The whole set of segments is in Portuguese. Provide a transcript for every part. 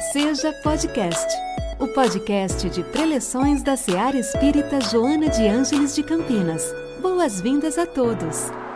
Seja Podcast, o podcast de preleções da Seara Espírita Joana de Ângeles de Campinas. Boas-vindas a todos.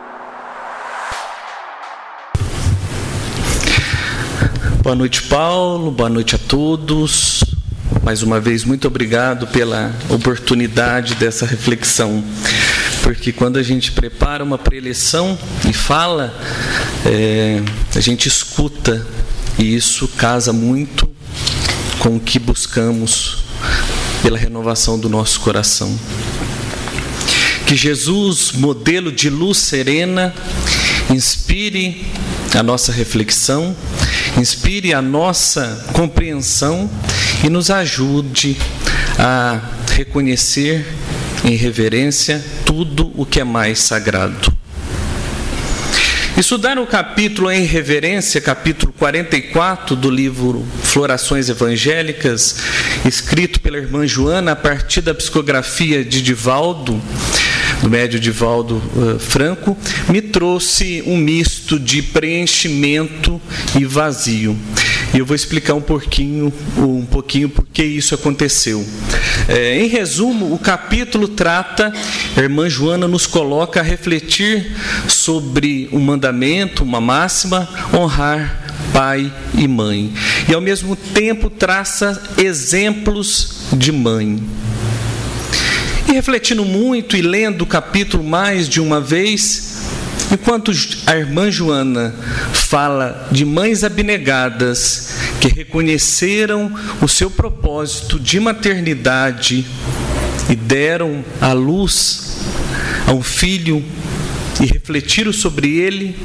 Boa noite, Paulo. Boa noite a todos. Mais uma vez, muito obrigado pela oportunidade dessa reflexão. Porque quando a gente prepara uma preleção e fala, a gente escuta, e isso casa muito com o que buscamos pela renovação do nosso coração. Que Jesus, modelo de luz serena, inspire a nossa reflexão, inspire a nossa compreensão e nos ajude a reconhecer em reverência tudo o que é mais sagrado. Estudar o capítulo em reverência, capítulo 44 do livro Florações Evangélicas, escrito pela irmã Joana a partir da psicografia de Divaldo, do médio Divaldo Franco, me trouxe um misto de preenchimento e vazio. E eu vou explicar um pouquinho por que isso aconteceu. Em resumo, o capítulo trata, a irmã Joana nos coloca a refletir sobre um mandamento, uma máxima, honrar pai e mãe. E ao mesmo tempo traça exemplos de mãe. E refletindo muito e lendo o capítulo mais de uma vez, enquanto a irmã Joana fala de mães abnegadas que reconheceram o seu propósito de maternidade e deram à luz a um filho e refletiu sobre ele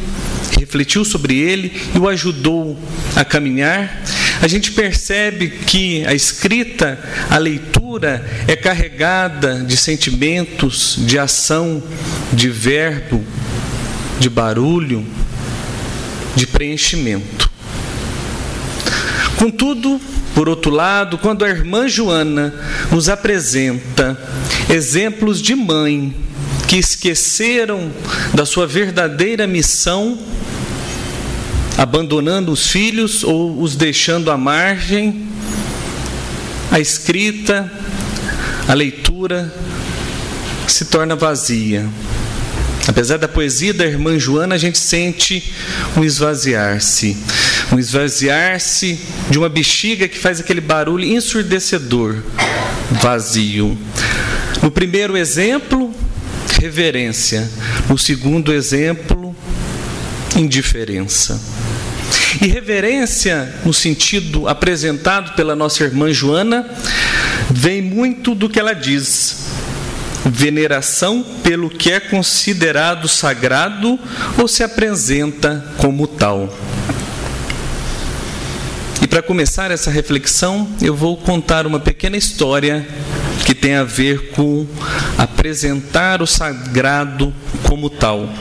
e o ajudou a caminhar, a gente percebe que a escrita, a leitura é carregada de sentimentos, de ação, de verbo, de barulho, de preenchimento. Contudo, por outro lado, quando a irmã Joana nos apresenta exemplos de mãe que esqueceram da sua verdadeira missão, abandonando os filhos ou os deixando à margem, a escrita, a leitura se torna vazia. Apesar da poesia da irmã Joana, a gente sente um esvaziar-se de uma bexiga que faz aquele barulho ensurdecedor, vazio. No primeiro exemplo, reverência. No segundo exemplo, indiferença. E reverência, no sentido apresentado pela nossa irmã Joana, vem muito do que ela diz. Veneração pelo que é considerado sagrado ou se apresenta como tal. E para começar essa reflexão, eu vou contar uma pequena história que tem a ver com apresentar o sagrado como tal.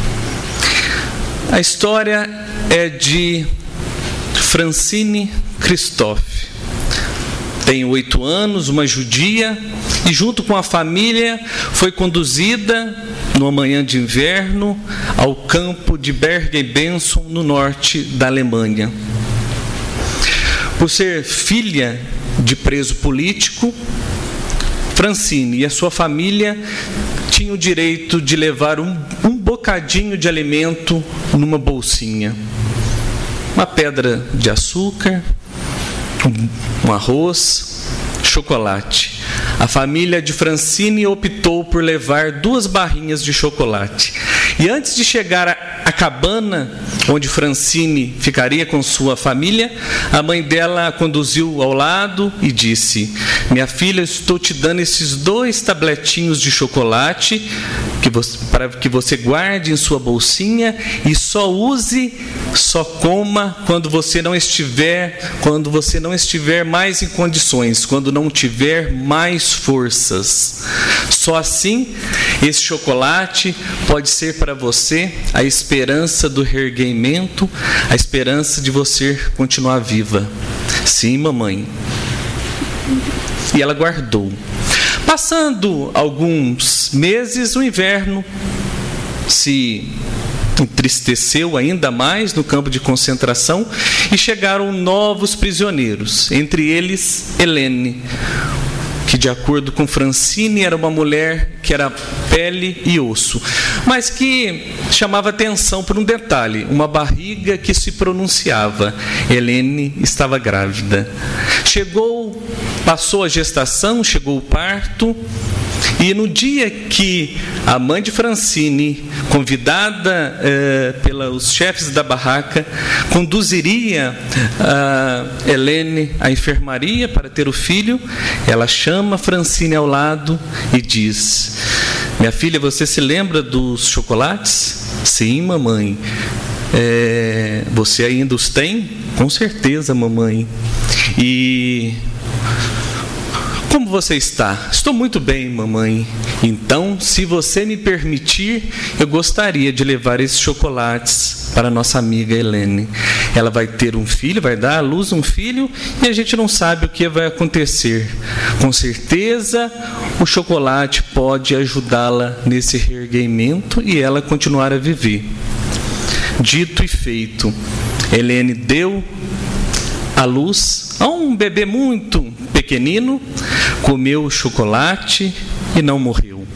A história é de Francine Christophe. Tem 8 anos, uma judia, e junto com a família foi conduzida, numa manhã de inverno, ao campo de Bergen-Belsen, no norte da Alemanha. Por ser filha de preso político, Francine e a sua família tinham o direito de levar um bocadinho de alimento numa bolsinha. Uma pedra de açúcar, um arroz, chocolate. A família de Francine optou por levar 2 barrinhas de chocolate. E antes de chegar à cabana onde Francine ficaria com sua família, a mãe dela a conduziu ao lado e disse: minha filha, estou te dando esses 2 tabletinhos de chocolate para que você guarde em sua bolsinha e só use, só coma quando você não estiver mais em condições, quando não tiver mais forças. Só assim, esse chocolate pode ser para você a esperança do reerguimento, a esperança de você continuar viva. Sim, mamãe. E ela guardou. Passando alguns meses, o inverno se entristeceu ainda mais no campo de concentração e chegaram novos prisioneiros, entre eles Helene, que de acordo com Francine era uma mulher que era pele e osso, mas que chamava atenção por um detalhe, uma barriga que se pronunciava. Helene estava grávida. Passou a gestação, chegou o parto, e no dia que a mãe de Francine, convidada pelos chefes da barraca, conduziria Helene à enfermaria para ter o filho, ela chama Francine ao lado e diz: minha filha, você se lembra dos chocolates? Sim, mamãe. Você ainda os tem? Com certeza, mamãe. E como você está? Estou muito bem, mamãe. Então, se você me permitir, eu gostaria de levar esses chocolates para nossa amiga Helene. Ela vai ter um filho, vai dar à luz um filho, e a gente não sabe o que vai acontecer. Com certeza, o chocolate pode ajudá-la nesse reerguimento e ela continuar a viver. Dito e feito, Helene deu à luz a um bebê muito pequenino, comeu o chocolate e não morreu.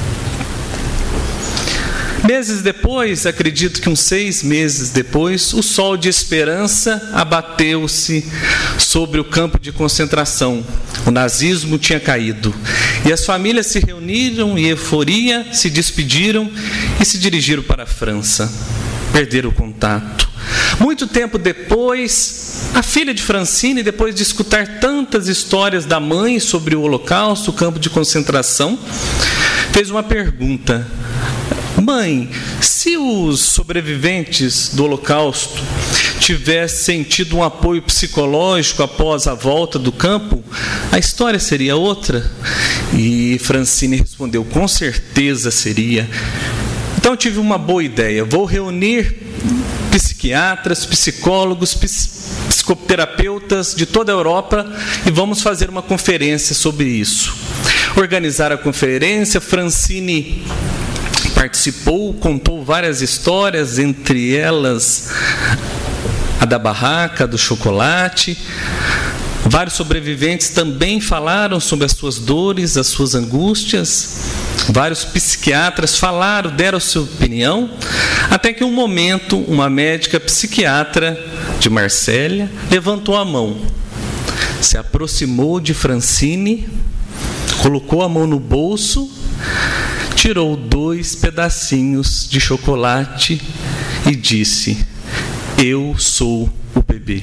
Meses depois, acredito que uns 6 meses depois, o sol de esperança abateu-se sobre o campo de concentração. O nazismo tinha caído e as famílias se reuniram em euforia, se despediram e se dirigiram para a França. Perderam o contato. Muito tempo depois, a filha de Francine, depois de escutar tantas histórias da mãe sobre o Holocausto, o campo de concentração, fez uma pergunta: mãe, se os sobreviventes do Holocausto tivessem tido um apoio psicológico após a volta do campo, a história seria outra? E Francine respondeu: com certeza seria. Então eu tive uma boa ideia, vou reunir psiquiatras, psicólogos, psicoterapeutas de toda a Europa e vamos fazer uma conferência sobre isso. Organizar a conferência, Francine participou, contou várias histórias, entre elas a da barraca, do chocolate. Vários sobreviventes também falaram sobre as suas dores, as suas angústias. Vários psiquiatras falaram, deram sua opinião, até que um momento, uma médica psiquiatra de Marsella levantou a mão, se aproximou de Francine, colocou a mão no bolso, tirou 2 pedacinhos de chocolate e disse: eu sou o bebê.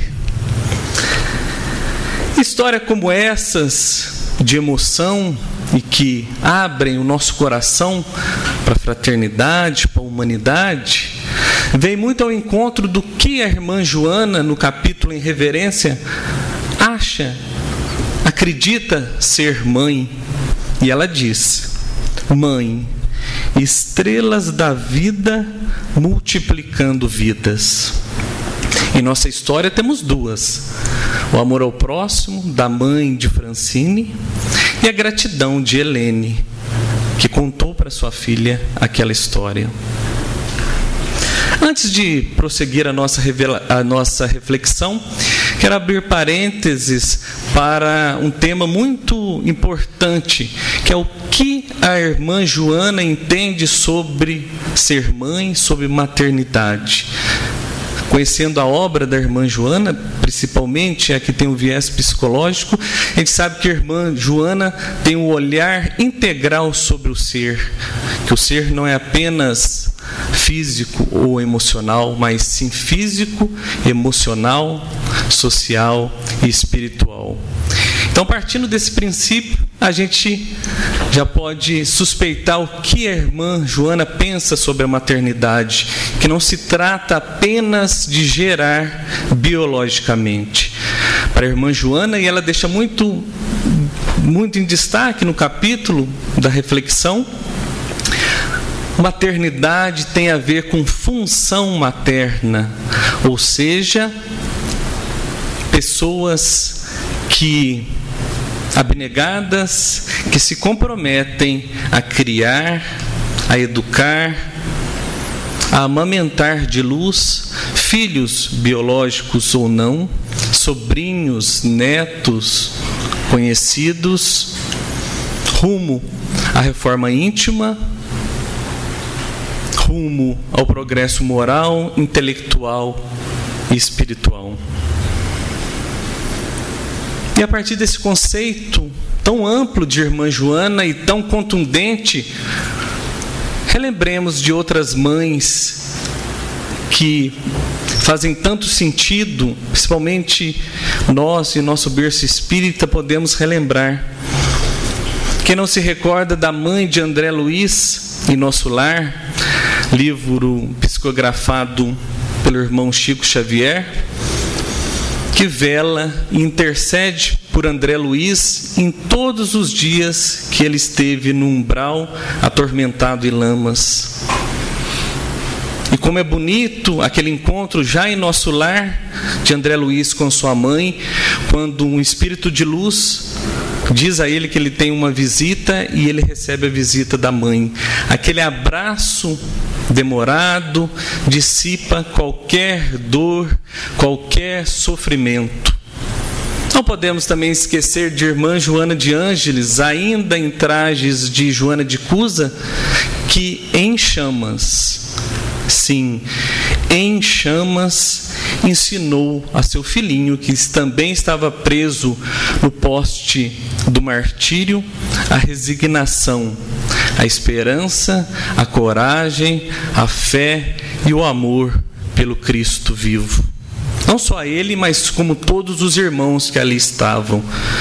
Histórias como essas, de emoção e que abrem o nosso coração para a fraternidade, para a humanidade, vem muito ao encontro do que a irmã Joana, no capítulo em reverência, acredita ser mãe. E ela diz: mãe, estrelas da vida multiplicando vidas. Em nossa história temos 2: o amor ao próximo, da mãe de Francine, e a gratidão de Helene, que contou para sua filha aquela história. Antes de prosseguir a nossa reflexão, quero abrir parênteses para um tema muito importante, que é o que a irmã Joana entende sobre ser mãe, sobre maternidade. Conhecendo a obra da irmã Joana, principalmente a que tem um viés psicológico, a gente sabe que a irmã Joana tem um olhar integral sobre o ser, que o ser não é apenas físico ou emocional, mas sim físico, emocional, social e espiritual. Então, partindo desse princípio, a gente já pode suspeitar o que a irmã Joana pensa sobre a maternidade, que não se trata apenas de gerar biologicamente. Para a irmã Joana, e ela deixa muito em destaque no capítulo da reflexão, maternidade tem a ver com função materna, ou seja, pessoas que abnegadas, que se comprometem a criar, a educar, a amamentar de luz filhos biológicos ou não, sobrinhos, netos, conhecidos, rumo à reforma íntima, rumo ao progresso moral, intelectual e espiritual. E a partir desse conceito tão amplo de Irmã Joana e tão contundente, relembremos de outras mães que fazem tanto sentido, principalmente nós e nosso berço espírita podemos relembrar. Quem não se recorda da mãe de André Luiz em Nosso Lar, livro psicografado pelo irmão Chico Xavier, que vela e intercede por André Luiz em todos os dias que ele esteve no umbral, atormentado em lamas. E como é bonito aquele encontro já em Nosso Lar de André Luiz com sua mãe, quando um espírito de luz diz a ele que ele tem uma visita e ele recebe a visita da mãe. Aquele abraço demorado dissipa qualquer dor, qualquer sofrimento. Não podemos também esquecer de Irmã Joana de Ângeles, ainda em trajes de Joana de Cusa, que em chamas, sim, em chamas, ensinou a seu filhinho, que também estava preso no poste do martírio, a resignação, a esperança, a coragem, a fé e o amor pelo Cristo vivo. Não só ele, mas como todos os irmãos que ali estavam.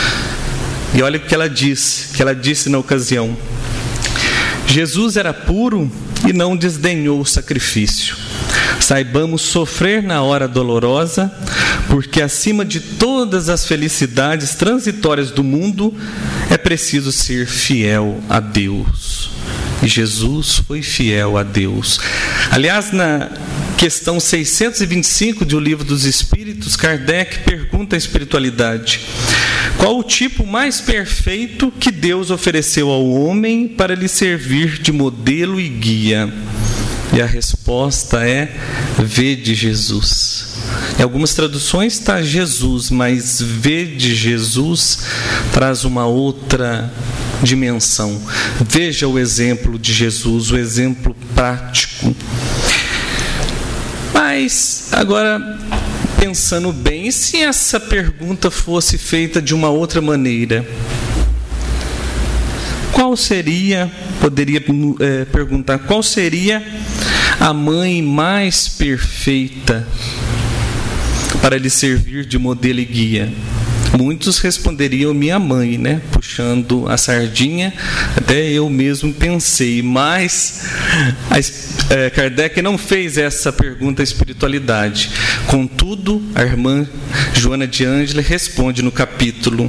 E olha o que ela disse na ocasião: Jesus era puro e não desdenhou o sacrifício. Saibamos sofrer na hora dolorosa, porque acima de todas as felicidades transitórias do mundo, é preciso ser fiel a Deus. E Jesus foi fiel a Deus. Aliás, na questão 625 do Livro dos Espíritos, Kardec pergunta à espiritualidade: qual o tipo mais perfeito que Deus ofereceu ao homem para lhe servir de modelo e guia? E a resposta é: vede Jesus. Em algumas traduções está Jesus, mas vede Jesus traz uma outra dimensão. Veja o exemplo de Jesus, o exemplo prático. Mas agora, pensando bem, e se essa pergunta fosse feita de uma outra maneira? Qual seria, poderia perguntar, qual seria a mãe mais perfeita para lhe servir de modelo e guia? Muitos responderiam minha mãe, né? Puxando a sardinha, até eu mesmo pensei, mas Kardec não fez essa pergunta à espiritualidade. Contudo, a irmã Joana de Ângeles responde no capítulo: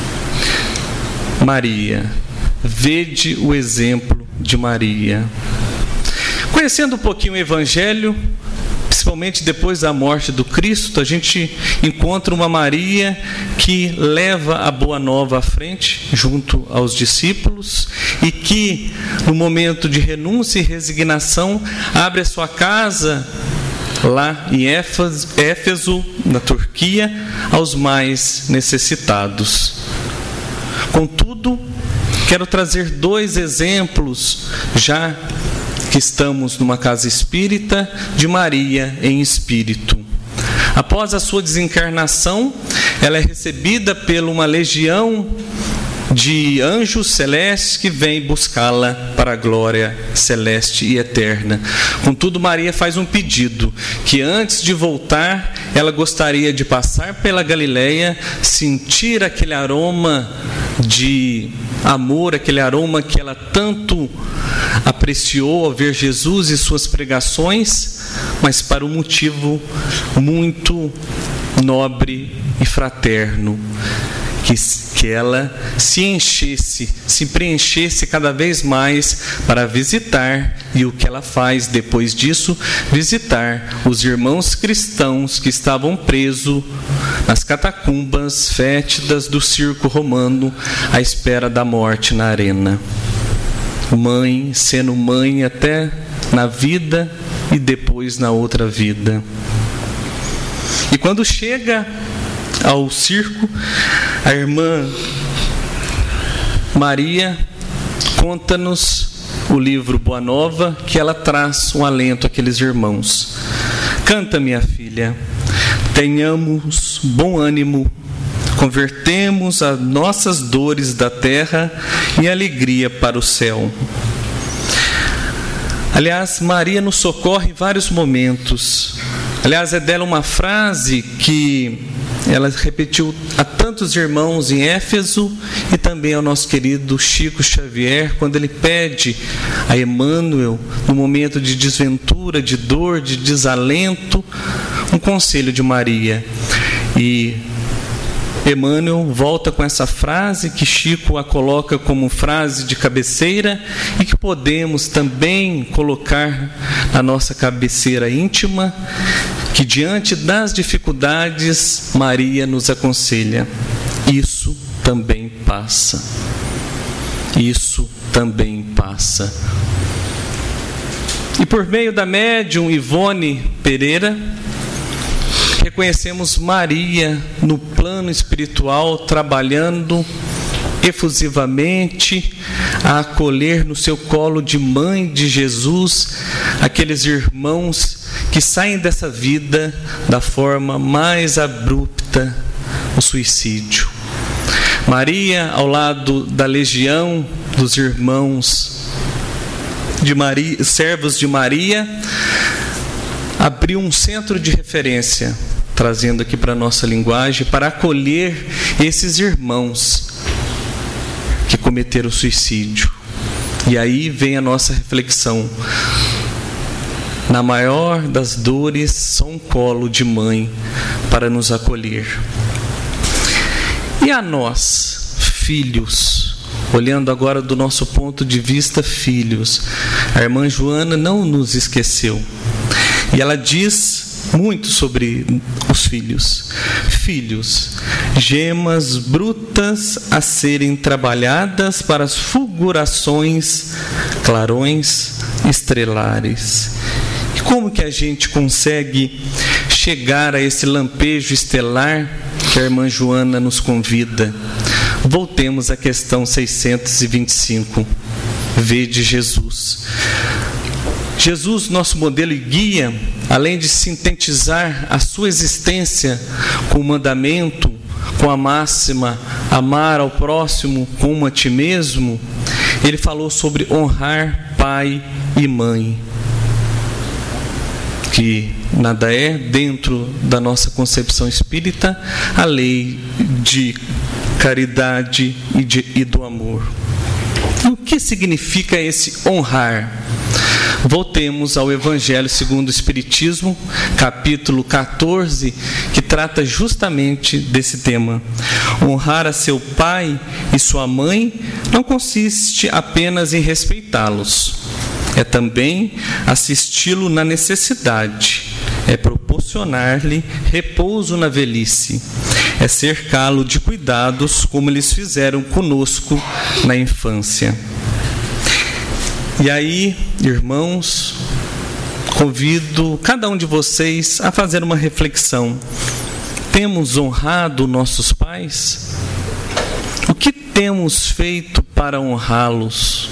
Maria, vede o exemplo de Maria. Conhecendo um pouquinho o Evangelho, principalmente depois da morte do Cristo, a gente encontra uma Maria que leva a boa nova à frente, junto aos discípulos, e que, no momento de renúncia e resignação, abre a sua casa lá em Éfeso, na Turquia, aos mais necessitados. Contudo, quero trazer dois exemplos, já que estamos numa casa espírita, de Maria em espírito. Após a sua desencarnação, ela é recebida por uma legião de anjos celestes que vem buscá-la para a glória celeste e eterna. Contudo, Maria faz um pedido, que antes de voltar, ela gostaria de passar pela Galileia, sentir aquele aroma de amor, aquele aroma que ela tanto apreciou ao ver Jesus e suas pregações, mas para um motivo muito nobre e fraterno, que ela se preenchesse cada vez mais para visitar, e o que ela faz depois disso? Visitar os irmãos cristãos que estavam presos nas catacumbas fétidas do circo romano, à espera da morte na arena. Mãe, sendo mãe até na vida e depois na outra vida. E quando chega ao circo, a irmã Maria conta-nos o livro Boa Nova, que ela traz um alento àqueles irmãos. Canta, minha filha, tenhamos bom ânimo, convertemos as nossas dores da terra em alegria para o céu. Aliás, Maria nos socorre em vários momentos. Aliás, é dela uma frase que ela repetiu a tantos irmãos em Éfeso e também ao nosso querido Chico Xavier, quando ele pede a Emmanuel, no momento de desventura, de dor, de desalento, um conselho de Maria. E Emmanuel volta com essa frase que Chico a coloca como frase de cabeceira e que podemos também colocar na nossa cabeceira íntima, que diante das dificuldades Maria nos aconselha: isso também passa. Isso também passa. E por meio da médium Ivone Pereira, reconhecemos Maria no plano espiritual, trabalhando efusivamente a acolher no seu colo de mãe de Jesus aqueles irmãos que saem dessa vida da forma mais abrupta, o suicídio. Maria, ao lado da legião dos irmãos de Maria, servos de Maria, abriu um centro de referência, trazendo aqui para a nossa linguagem, para acolher esses irmãos que cometeram suicídio. E aí vem a nossa reflexão: na maior das dores, só um colo de mãe para nos acolher. E a nós, filhos, olhando agora do nosso ponto de vista, filhos, a irmã Joana não nos esqueceu. E ela diz muito sobre os filhos. Filhos, gemas brutas a serem trabalhadas para as fulgurações, clarões estrelares. E como que a gente consegue chegar a esse lampejo estelar que a irmã Joana nos convida? Voltemos à questão 625. Vede Jesus. Jesus, nosso modelo e guia, além de sintetizar a sua existência com o mandamento, com a máxima, amar ao próximo como a ti mesmo, ele falou sobre honrar pai e mãe, que nada é, dentro da nossa concepção espírita, a lei de caridade e do amor. E o que significa esse honrar? Voltemos ao Evangelho segundo o Espiritismo, capítulo 14, que trata justamente desse tema. Honrar a seu pai e sua mãe não consiste apenas em respeitá-los, é também assisti-lo na necessidade, é proporcionar-lhe repouso na velhice, é cercá-lo de cuidados como eles fizeram conosco na infância. E aí, irmãos, convido cada um de vocês a fazer uma reflexão. Temos honrado nossos pais? O que temos feito para honrá-los?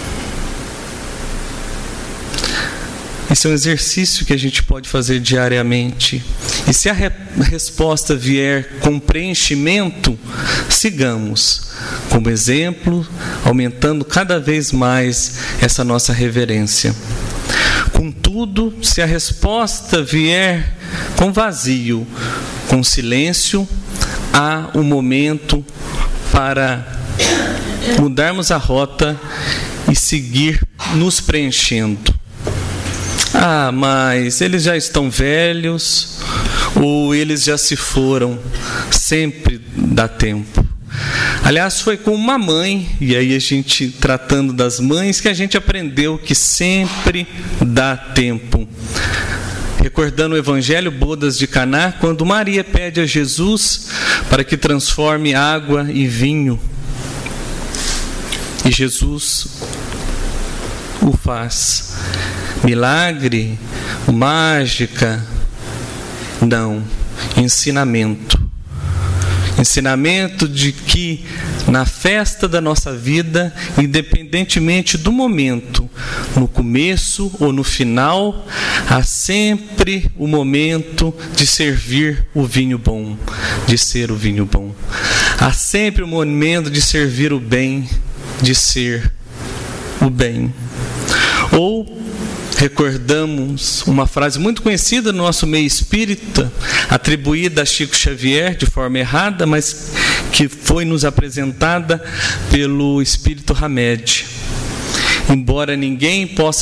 Esse é um exercício que a gente pode fazer diariamente. E se a resposta vier com preenchimento, sigamos como exemplo, aumentando cada vez mais essa nossa reverência. Contudo, se a resposta vier com vazio, com silêncio, há um momento para mudarmos a rota e seguir nos preenchendo. Ah, mas eles já estão velhos, ou eles já se foram. Sempre dá tempo. Aliás, foi com uma mãe, e aí a gente, tratando das mães, que a gente aprendeu que sempre dá tempo. Recordando o Evangelho, bodas de Caná, quando Maria pede a Jesus para que transforme água em vinho. E Jesus o faz. milagre, mágica. Não, ensinamento. Ensinamento de que na festa da nossa vida, independentemente do momento, no começo ou no final, há sempre o momento de servir o vinho bom, de ser o vinho bom. Há sempre o momento de servir o bem, de ser o bem. Ou recordamos uma frase muito conhecida no nosso meio espírita, atribuída a Chico Xavier de forma errada, mas que foi nos apresentada pelo Espírito Hamed. Embora ninguém possa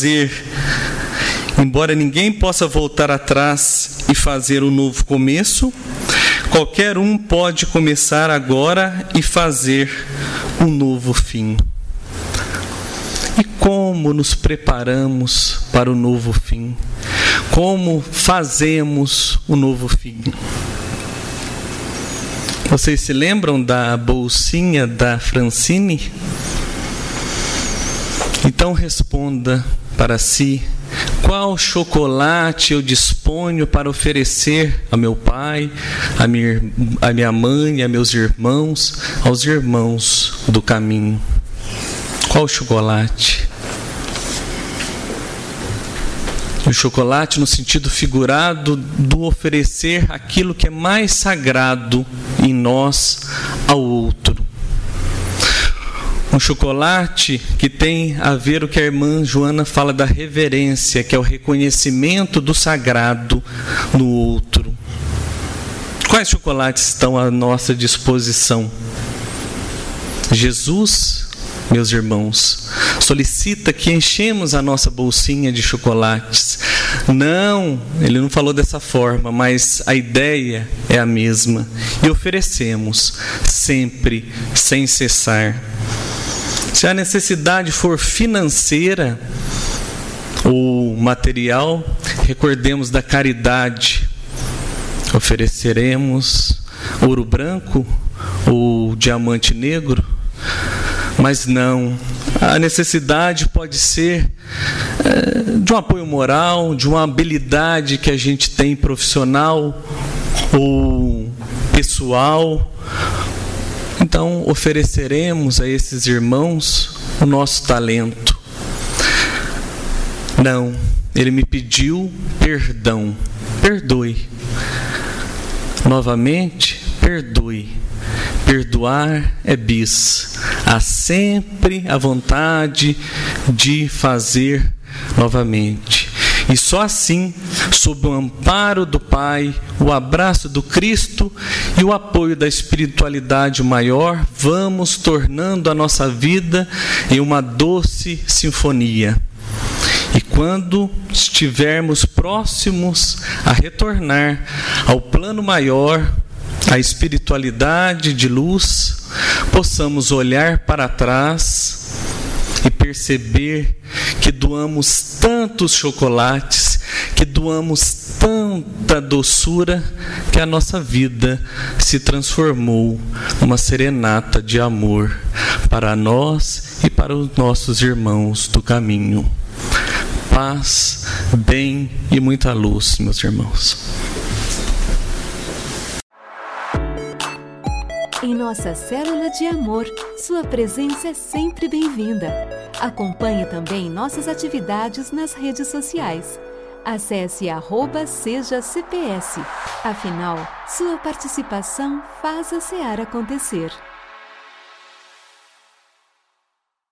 voltar atrás e fazer um novo começo, qualquer um pode começar agora e fazer um novo fim. E como nos preparamos para o novo fim? Como fazemos o novo fim? Vocês se lembram da bolsinha da Francine? Então responda para si: qual chocolate eu disponho para oferecer a meu pai, a minha mãe, a meus irmãos, aos irmãos do caminho? Qual chocolate? O chocolate no sentido figurado do oferecer aquilo que é mais sagrado em nós ao outro. Um chocolate que tem a ver o que a irmã Joana fala da reverência, que é o reconhecimento do sagrado no outro. Quais chocolates estão à nossa disposição? Jesus, meus irmãos, solicita que enchemos a nossa bolsinha de chocolates. Não, ele não falou dessa forma, mas a ideia é a mesma. E oferecemos sempre, sem cessar. Se a necessidade for financeira ou material, recordemos da caridade. Ofereceremos ouro branco ou diamante negro? Mas não, a necessidade pode ser de um apoio moral, de uma habilidade que a gente tem profissional ou pessoal. Então ofereceremos a esses irmãos o nosso talento. Não, ele me pediu perdão, perdoe. Novamente, perdoe. Perdoar é bis. Há sempre a vontade de fazer novamente. E só assim, sob o amparo do Pai, o abraço do Cristo e o apoio da espiritualidade maior, vamos tornando a nossa vida em uma doce sinfonia. E quando estivermos próximos a retornar ao plano maior, a espiritualidade de luz, possamos olhar para trás e perceber que doamos tantos chocolates, que doamos tanta doçura, que a nossa vida se transformou numa serenata de amor para nós e para os nossos irmãos do caminho. Paz, bem e muita luz, meus irmãos. Em nossa célula de amor, sua presença é sempre bem-vinda. Acompanhe também nossas atividades nas redes sociais. Acesse @SejaCPS. Afinal, sua participação faz a Seara acontecer.